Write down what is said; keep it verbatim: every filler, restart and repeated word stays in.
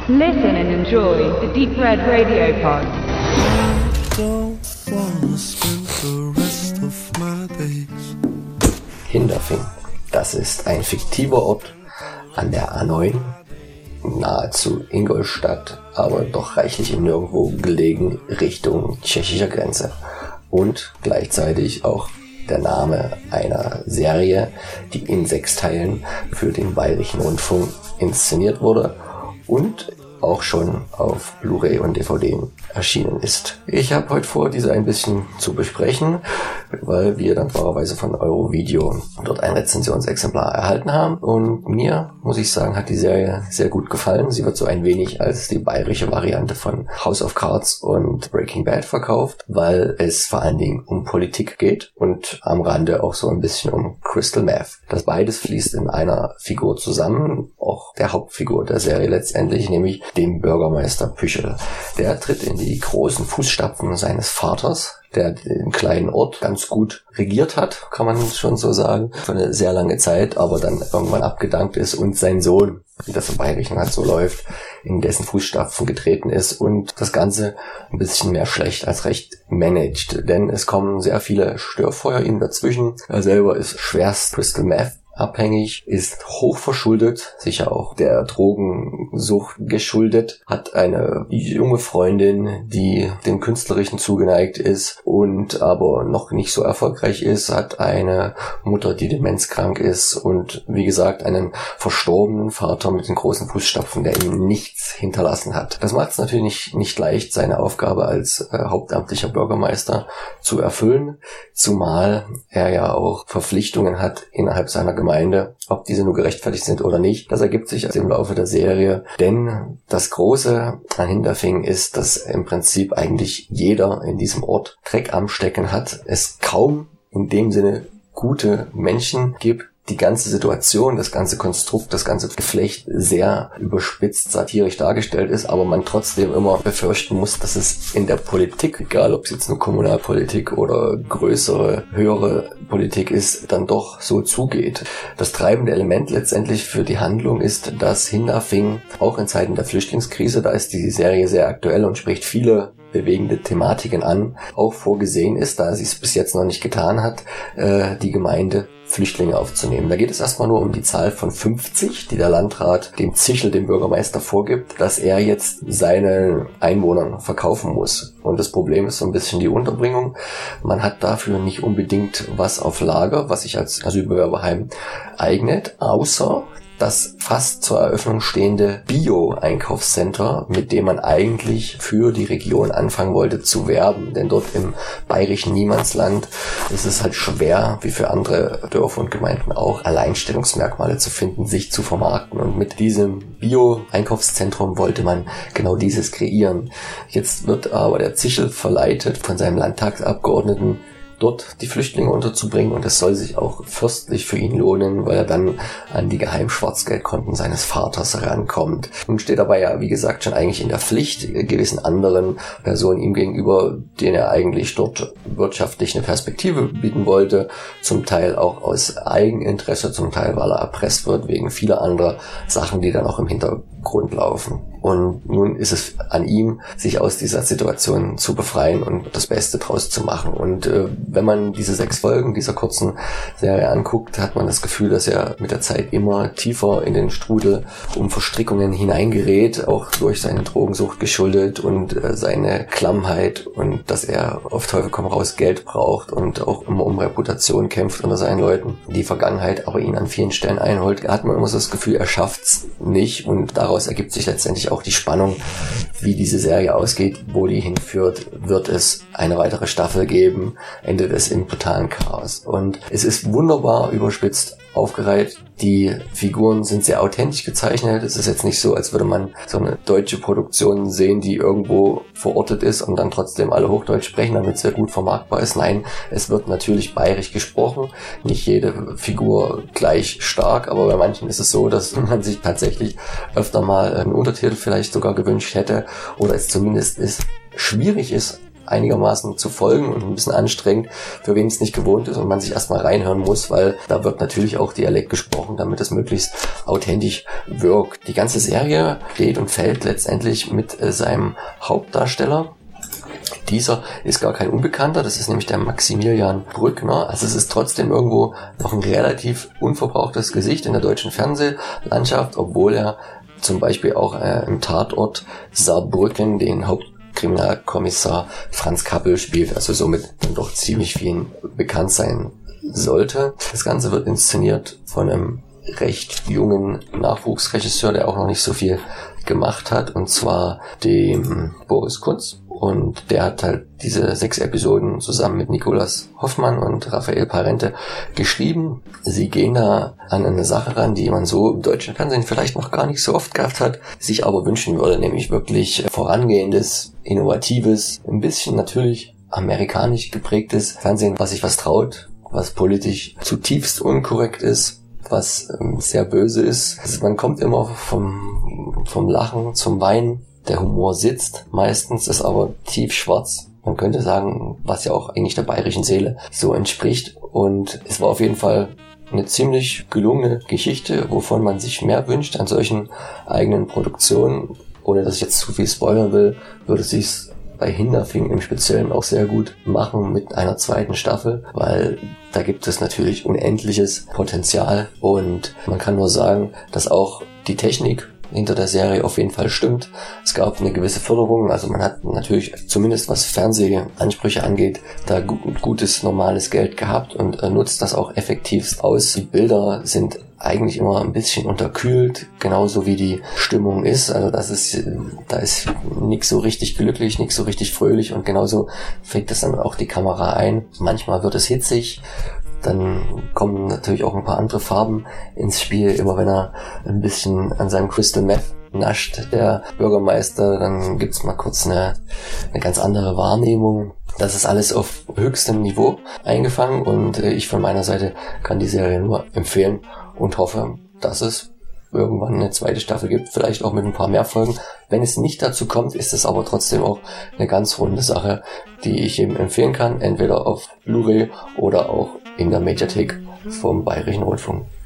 Listen and enjoy the Deep Red Radio Pod. Hinterfing, das ist ein fiktiver Ort an der A neun, nahezu Ingolstadt, aber doch reichlich im Nirgendwo gelegen Richtung tschechischer Grenze. Und gleichzeitig auch der Name einer Serie, die in sechs Teilen für den Bayerischen Rundfunk inszeniert wurde und auch schon auf Blu-ray und D V D erschienen ist. Ich habe heute vor, diese ein bisschen zu besprechen, weil wir dann fairerweise von Eurovideo dort ein Rezensionsexemplar erhalten haben. Und mir, muss ich sagen, hat die Serie sehr gut gefallen. Sie wird so ein wenig als die bayerische Variante von House of Cards und Breaking Bad verkauft, weil es vor allen Dingen um Politik geht und am Rande auch so ein bisschen um Crystal Meth. Das beides fließt in einer Figur zusammen, auch der Hauptfigur der Serie letztendlich, nämlich dem Bürgermeister Püschel. Der tritt in die großen Fußstapfen seines Vaters, der den kleinen Ort ganz gut regiert hat, kann man schon so sagen, für eine sehr lange Zeit, aber dann irgendwann abgedankt ist und sein Sohn, wie das im Bayerischen halt so läuft, in dessen Fußstapfen getreten ist und das Ganze ein bisschen mehr schlecht als recht managt, denn es kommen sehr viele Störfeuer ihm dazwischen. Er selber ist schwerst Crystal Meth abhängig, ist hochverschuldet, sicher auch der Drogensucht geschuldet, hat eine junge Freundin, die dem Künstlerischen zugeneigt ist und aber noch nicht so erfolgreich ist, hat eine Mutter, die demenzkrank ist und wie gesagt einen verstorbenen Vater mit den großen Fußstapfen, der ihm nichts hinterlassen hat. Das macht es natürlich nicht, nicht leicht, seine Aufgabe als äh, hauptamtlicher Bürgermeister zu erfüllen, zumal er ja auch Verpflichtungen hat innerhalb seiner Gemeinde, ob diese nur gerechtfertigt sind oder nicht. Das ergibt sich also im Laufe der Serie, denn das Große an Hinterfing ist, dass im Prinzip eigentlich jeder in diesem Ort Dreck am Stecken hat, es kaum in dem Sinne gute Menschen gibt, die ganze Situation, das ganze Konstrukt, das ganze Geflecht sehr überspitzt, satirisch dargestellt ist, aber man trotzdem immer befürchten muss, dass es in der Politik, egal ob es jetzt eine Kommunalpolitik oder größere, höhere Politik ist, dann doch so zugeht. Das treibende Element letztendlich für die Handlung ist, dass Hinterfing auch in Zeiten der Flüchtlingskrise, da ist die Serie sehr aktuell und spricht viele bewegende Thematiken an, auch vorgesehen ist, da sie es bis jetzt noch nicht getan hat, äh, die Gemeinde Flüchtlinge aufzunehmen. Da geht es erstmal nur um die Zahl von fünfzig, die der Landrat dem Zichel, dem Bürgermeister, vorgibt, dass er jetzt seinen Einwohnern verkaufen muss. Und das Problem ist so ein bisschen die Unterbringung. Man hat dafür nicht unbedingt was auf Lager, was sich als Asylbewerberheim eignet, außer das fast zur Eröffnung stehende Bio-Einkaufscenter, mit dem man eigentlich für die Region anfangen wollte zu werben. Denn dort im bayerischen Niemandsland ist es halt schwer, wie für andere Dörfer und Gemeinden auch, Alleinstellungsmerkmale zu finden, sich zu vermarkten. Und mit diesem Bio-Einkaufszentrum wollte man genau dieses kreieren. Jetzt wird aber der Zichel verleitet von seinem Landtagsabgeordneten, dort die Flüchtlinge unterzubringen, und es soll sich auch fürstlich für ihn lohnen, weil er dann an die Geheimschwarzgeldkonten seines Vaters rankommt. Nun steht dabei ja, wie gesagt, schon eigentlich in der Pflicht gewissen anderen Personen ihm gegenüber, denen er eigentlich dort wirtschaftlich eine Perspektive bieten wollte, zum Teil auch aus Eigeninteresse, zum Teil, weil er erpresst wird wegen vieler anderer Sachen, die dann auch im Hintergrund laufen. Und nun ist es an ihm, sich aus dieser Situation zu befreien und das Beste draus zu machen. Und äh, wenn man diese sechs Folgen dieser kurzen Serie anguckt, hat man das Gefühl, dass er mit der Zeit immer tiefer in den Strudel um Verstrickungen hineingerät, auch durch seine Drogensucht geschuldet und äh, seine Klammheit und dass er auf Teufel komm raus Geld braucht und auch immer um Reputation kämpft unter seinen Leuten. Die Vergangenheit aber ihn an vielen Stellen einholt, hat man immer so das Gefühl, er schafft's nicht, und daraus ergibt sich letztendlich auch die Spannung, wie diese Serie ausgeht, wo die hinführt. Wird es eine weitere Staffel geben? Endet es in totalen Chaos? Und es ist wunderbar überspitzt aufgereiht. Die Figuren sind sehr authentisch gezeichnet. Es ist jetzt nicht so, als würde man so eine deutsche Produktion sehen, die irgendwo verortet ist und dann trotzdem alle Hochdeutsch sprechen, damit es sehr gut vermarktbar ist. Nein, es wird natürlich bayerisch gesprochen. Nicht jede Figur gleich stark, aber bei manchen ist es so, dass man sich tatsächlich öfter mal einen Untertitel vielleicht sogar gewünscht hätte oder es zumindest ist schwierig ist, einigermaßen zu folgen und ein bisschen anstrengend, für wen es nicht gewohnt ist und man sich erstmal reinhören muss, weil da wird natürlich auch Dialekt gesprochen, damit es möglichst authentisch wirkt. Die ganze Serie steht und fällt letztendlich mit äh, seinem Hauptdarsteller. Dieser ist gar kein Unbekannter, das ist nämlich der Maximilian Brückner. Also es ist trotzdem irgendwo noch ein relativ unverbrauchtes Gesicht in der deutschen Fernsehlandschaft, obwohl er zum Beispiel auch äh, im Tatort Saarbrücken den Hauptkriminalkommissar Franz Kappel spielt, also somit dann doch ziemlich vielen bekannt sein sollte. Das Ganze wird inszeniert von einem recht jungen Nachwuchsregisseur, der auch noch nicht so viel gemacht hat, und zwar dem Boris Kunz. Und der hat halt diese sechs Episoden zusammen mit Nicolas Hoffmann und Raphael Parente geschrieben. Sie gehen da an eine Sache ran, die man so im deutschen Fernsehen vielleicht noch gar nicht so oft gehabt hat, sich aber wünschen würde, nämlich wirklich vorangehendes, innovatives, ein bisschen natürlich amerikanisch geprägtes Fernsehen, was sich was traut, was politisch zutiefst unkorrekt ist, was ähm, sehr böse ist. Also man kommt immer vom, vom Lachen zum Weinen. Der Humor sitzt meistens, ist aber tief schwarz. Man könnte sagen, was ja auch eigentlich der bayerischen Seele so entspricht. Und es war auf jeden Fall eine ziemlich gelungene Geschichte, wovon man sich mehr wünscht an solchen eigenen Produktionen. Ohne dass ich jetzt zu viel spoilern will, würde es sich bei Hinterfing im Speziellen auch sehr gut machen mit einer zweiten Staffel, weil da gibt es natürlich unendliches Potenzial und man kann nur sagen, dass auch die Technik hinter der Serie auf jeden Fall stimmt. Es gab eine gewisse Förderung, also man hat natürlich zumindest was Fernsehansprüche angeht, da gu- gutes, normales Geld gehabt und äh, nutzt das auch effektivst aus. Die Bilder sind eigentlich immer ein bisschen unterkühlt, genauso wie die Stimmung ist. Also das ist, da ist nix so richtig glücklich, nix so richtig fröhlich und genauso fängt das dann auch die Kamera ein. Manchmal wird es hitzig. Dann kommen natürlich auch ein paar andere Farben ins Spiel. Immer wenn er ein bisschen an seinem Crystal Meth nascht, der Bürgermeister, dann gibt's mal kurz eine, eine ganz andere Wahrnehmung. Das ist alles auf höchstem Niveau eingefangen und ich von meiner Seite kann die Serie nur empfehlen und hoffe, dass es irgendwann eine zweite Staffel gibt, vielleicht auch mit ein paar mehr Folgen. Wenn es nicht dazu kommt, ist es aber trotzdem auch eine ganz runde Sache, die ich eben empfehlen kann, entweder auf Blu-ray oder auch in der Mediathek vom Bayerischen Rundfunk.